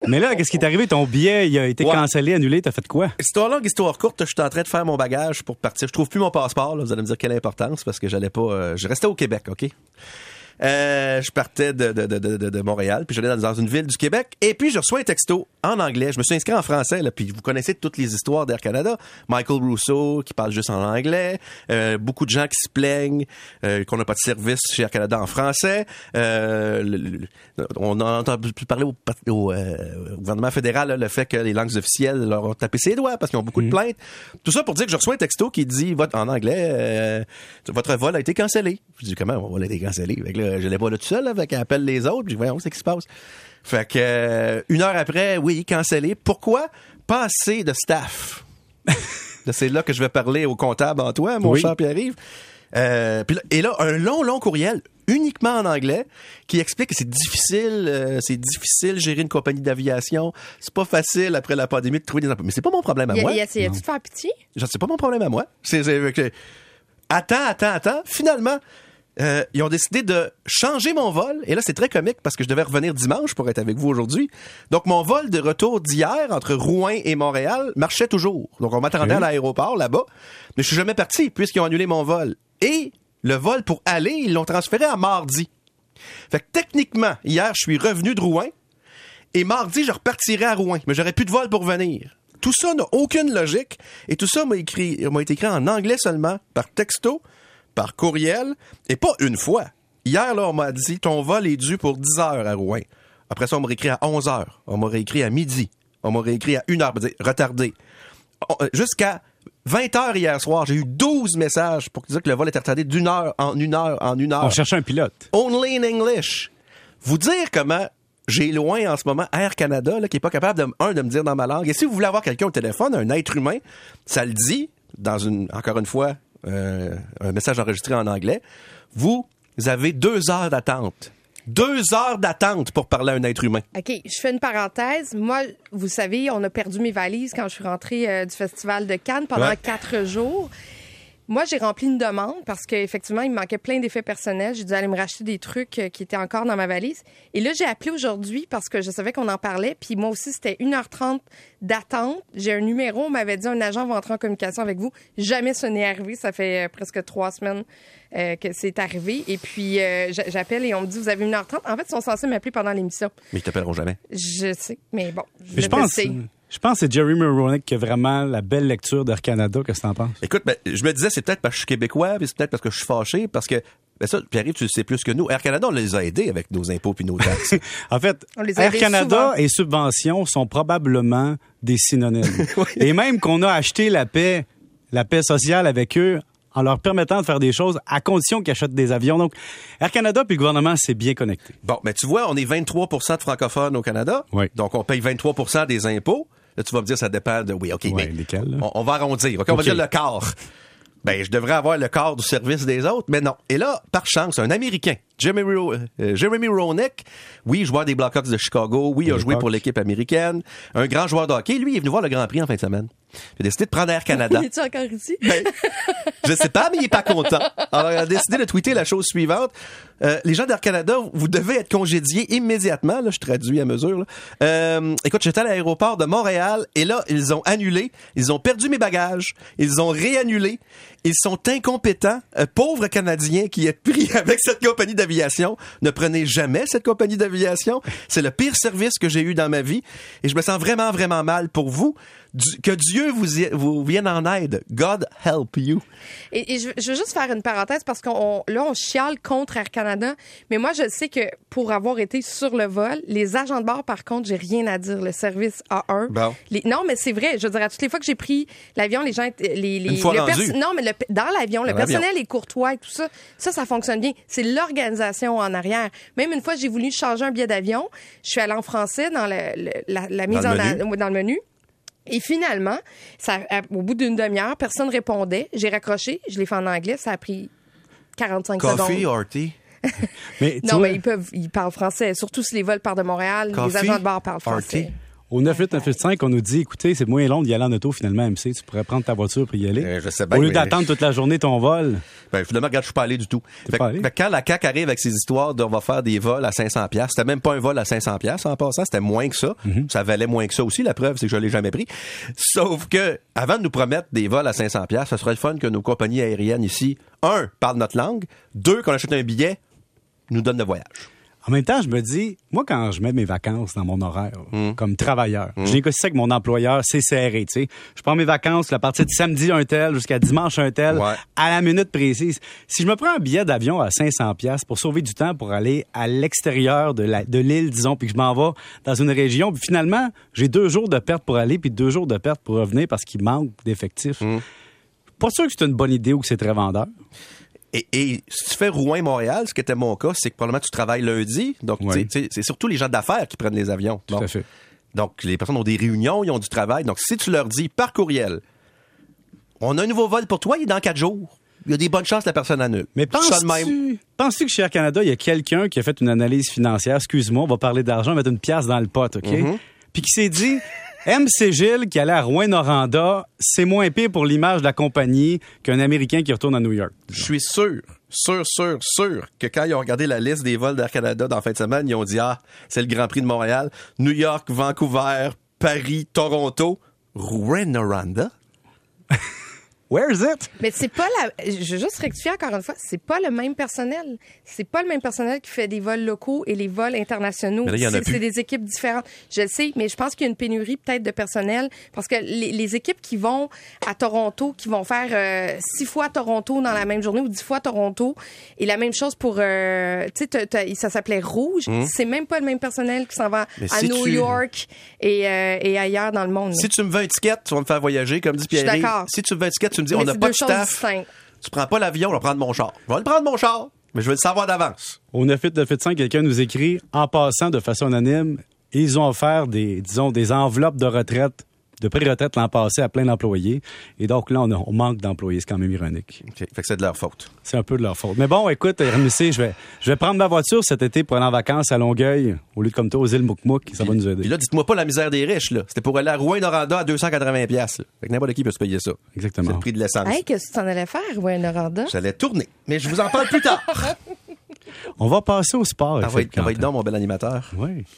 Mais là, qu'est-ce qui est arrivé? Ton billet, il a été cancellé, annulé. T'as fait quoi? Histoire longue, histoire courte, je suis en train de faire mon bagage pour partir. Je trouve plus mon passeport, là. Vous allez me dire quelle importance, parce que j'allais pas... je restais au Québec, OK? Je partais de Montréal, puis j'allais dans une ville du Québec, et puis je reçois un texto en anglais. Je me suis inscrit en français, là, puis vous connaissez toutes les histoires d'Air Canada. Michael Rousseau, qui parle juste en anglais. Beaucoup de gens qui se plaignent qu'on n'a pas de service chez Air Canada en français. On a entendu parler au gouvernement fédéral, là, le fait que les langues officielles leur ont tapé ses doigts parce qu'ils ont beaucoup de plaintes. Tout ça pour dire que je reçois un texto qui dit en anglais, votre vol a été cancellé. Je dis, comment mon vol a été cancellé? Fait que là, je l'ai pas là tout seul, là, fait qu'elle appelle les autres, puis voyons, c'est ce qui se passe. Fait que, une heure après, oui, cancellé. Pourquoi? Pas assez de staff. Là, c'est là que je vais parler au comptable Antoine, mon cher Pierre-Yves. Et là, un long courriel, uniquement en anglais, qui explique que c'est difficile de gérer une compagnie d'aviation. C'est pas facile après la pandémie de trouver des emplois. Mais c'est pas mon problème à moi. Y a-tu de faire pitié? C'est pas mon problème à moi. Attends. Finalement, ils ont décidé de changer mon vol. Et là, c'est très comique parce que je devais revenir dimanche pour être avec vous aujourd'hui. Donc, mon vol de retour d'hier entre Rouen et Montréal marchait toujours. Donc, on m'attendait à l'aéroport là-bas. Mais je suis jamais parti puisqu'ils ont annulé mon vol. Et le vol pour aller, ils l'ont transféré à mardi. Fait que techniquement, hier, je suis revenu de Rouen. Et mardi, je repartirai à Rouen. Mais j'aurais plus de vol pour venir. Tout ça n'a aucune logique. Et tout ça m'a été écrit en anglais seulement, par texto, par courriel, et pas une fois. Hier, là, on m'a dit, ton vol est dû pour 10 heures à Rouen. Après ça, on m'a réécrit à 11 heures. On m'a réécrit à midi. On m'a réécrit à 1 heure, retardé. Jusqu'à 20 heures hier soir, j'ai eu 12 messages pour dire que le vol était retardé d'une heure en une heure. On cherchait un pilote. Only in English. Vous dire comment j'ai loin en ce moment Air Canada, là, qui est pas capable de me dire dans ma langue. Et si vous voulez avoir quelqu'un au téléphone, un être humain, ça le dit encore une fois, un message enregistré en anglais. Vous avez 2 heures d'attente. 2 heures d'attente pour parler à un être humain. OK, je fais une parenthèse. Moi, vous savez, on a perdu mes valises quand je suis rentrée du Festival de Cannes pendant 4 jours. Moi, j'ai rempli une demande parce qu'effectivement, il me manquait plein d'effets personnels. J'ai dû aller me racheter des trucs qui étaient encore dans ma valise. Et là, j'ai appelé aujourd'hui parce que je savais qu'on en parlait. Puis moi aussi, c'était 1h30 d'attente. J'ai un numéro. On m'avait dit un agent va entrer en communication avec vous. Jamais ça n'est arrivé. Ça fait presque 3 semaines que c'est arrivé. Et puis, j'appelle et on me dit, vous avez 1h30. En fait, ils sont censés m'appeler pendant l'émission. Mais ils t'appelleront jamais. Je sais, mais bon. Je pense que c'est Jerry Moronic qui a vraiment la belle lecture d'Air Canada. Qu'est-ce que t'en penses? Écoute, je me disais, c'est peut-être parce que je suis québécois, puis c'est peut-être parce que je suis fâché, parce que ça, Pierre-Yves, tu le sais plus que nous. Air Canada, on les a aidés avec nos impôts puis nos taxes. En fait, Air Canada et subventions sont probablement des synonymes. Oui. Et même qu'on a acheté la paix sociale avec eux en leur permettant de faire des choses à condition qu'ils achètent des avions. Donc, Air Canada puis le gouvernement, c'est bien connecté. Bon, mais tu vois, on est 23 de francophones au Canada. Oui. Donc, on paye 23 des impôts. Là, tu vas me dire, ça dépend de... Oui, OK, mais lesquels, on va arrondir. OK, on va dire le quart. Ben, je devrais avoir le quart du service des autres, mais non. Et là, par chance, un Américain, Jeremy Roenick, oui, joueur des Blackhawks de Chicago, oui, il a joué pour l'équipe américaine, un grand joueur de hockey, lui, il est venu voir le Grand Prix en fin de semaine. Il a décidé de prendre Air Canada. Il est-tu encore ici? Ben, je sais pas, mais il est pas content. Alors, il a décidé de tweeter la chose suivante. Les gens d'Air Canada, vous devez être congédiés immédiatement. Là, je traduis à mesure. Là. Écoute, j'étais à l'aéroport de Montréal et là, ils ont annulé. Ils ont perdu mes bagages. Ils ont réannulé. Ils sont incompétents. Pauvres Canadiens qui êtes pris avec cette compagnie d'aviation. Ne prenez jamais cette compagnie d'aviation. C'est le pire service que j'ai eu dans ma vie. Et je me sens vraiment, vraiment mal pour vous. Que Dieu vous vienne en aide. God help you. Et je veux juste faire une parenthèse parce qu'on chiale contre Air Canada, mais moi, je sais que pour avoir été sur le vol, les agents de bord, par contre, j'ai rien à dire. Le service A1. Bon. Non, mais c'est vrai. Je veux dire, à toutes les fois que j'ai pris l'avion, les gens... Une fois rendu. Non, mais dans l'avion, le personnel est courtois et tout ça. Ça fonctionne bien. C'est l'organisation en arrière. Même une fois, j'ai voulu changer un billet d'avion. Je suis allée en français dans la mise dans le menu. Et finalement, au bout d'une demi-heure, personne répondait. J'ai raccroché, je l'ai fait en anglais, ça a pris 45 secondes. Coffee or tea? Mais ils parlent français, surtout si les vols partent de Montréal, les agents de bord parlent français. Au 98985, on nous dit, écoutez, c'est moins long d'y aller en auto finalement, MC. Tu pourrais prendre ta voiture pour y aller. Je sais bien, au lieu d'attendre toute la journée ton vol. Ben, finalement, regarde, je suis pas allé du tout. Pas allé? Quand la CAQ arrive avec ses histoires de on va faire des vols à 500$, c'était même pas un vol à 500$ en passant, c'était moins que ça. Ça valait moins que ça aussi. La preuve, c'est que je l'ai jamais pris. Sauf que, avant de nous promettre des vols à 500$, ça serait le fun que nos compagnies aériennes ici, 1, parlent notre langue, 2, qu'on achète un billet, nous donnent le voyage. En même temps, je me dis, moi, quand je mets mes vacances dans mon horaire, comme travailleur, je négocie ça avec mon employeur, c'est serré, tu sais. Je prends mes vacances à partir de samedi un tel jusqu'à dimanche un tel, à la minute précise. Si je me prends un billet d'avion à 500$ pour sauver du temps pour aller à l'extérieur de l'île, disons, puis que je m'en vais dans une région, puis finalement, j'ai 2 jours de perte pour aller, puis 2 jours de perte pour revenir parce qu'il manque d'effectifs. Pas sûr que c'est une bonne idée ou que c'est très vendeur. Et si tu fais Rouen-Montréal, ce qui était mon cas, c'est que probablement tu travailles lundi. Donc, c'est surtout les gens d'affaires qui prennent les avions. Tout à fait. Donc, les personnes ont des réunions, ils ont du travail. Donc, si tu leur dis par courriel, on a un nouveau vol pour toi, il est dans 4 jours. Il y a des bonnes chances que la personne annule. Mais penses-tu que chez Air Canada, il y a quelqu'un qui a fait une analyse financière, excuse-moi, on va parler d'argent, mettre une pièce dans le pot, OK? Puis qui s'est dit... MC Gilles, qui allait à Rouyn-Noranda, c'est moins pire pour l'image de la compagnie qu'un Américain qui retourne à New York. Je suis sûr que quand ils ont regardé la liste des vols d'Air Canada dans la fin de semaine, ils ont dit, c'est le Grand Prix de Montréal, New York, Vancouver, Paris, Toronto, Rouyn-Noranda. Where is it? Mais c'est pas je veux juste rectifier encore une fois, c'est pas le même personnel. C'est pas le même personnel qui fait des vols locaux et les vols internationaux. Mais là, c'est des équipes différentes. Je le sais, mais je pense qu'il y a une pénurie peut-être de personnel parce que les équipes qui vont à Toronto, qui vont faire 6 fois Toronto dans la même journée ou 10 fois Toronto, et la même chose pour, tu sais, ça s'appelait Rouge. C'est même pas le même personnel qui s'en va à New York et ailleurs dans le monde. Si tu me veux un ticket, tu vas me faire voyager, comme dit Pierre. Je suis d'accord. Si tu me veux un ticket, tu me dis, on n'a pas de staff. Tu prends pas l'avion, on va prendre mon char. Je vais le prendre mon char, mais je vais le savoir d'avance. Au 98985, quelqu'un nous écrit, en passant de façon anonyme, ils ont offert des enveloppes de retraite, de pré-retraite l'an passé à plein d'employés. Et donc là, on manque d'employés. C'est quand même ironique. OK. Fait que c'est de leur faute. C'est un peu de leur faute. Mais bon, écoute, RMC, je vais prendre ma voiture cet été pour aller en vacances à Longueuil, au lieu de comme toi aux îles Mouk-Mouk. Ça va nous aider. Puis là, dites-moi pas la misère des riches, là. C'était pour aller à Rouyn-Noranda à 280$. Là. Fait que n'importe qui peut se payer ça. Exactement. C'est le prix de l'essence. Hey, qu'est-ce que tu t'en allais faire, Rouyn-Noranda? J'allais tourner. Mais je vous en parle plus tard. On va passer au sport. Ça va être donc, mon bel animateur. Oui.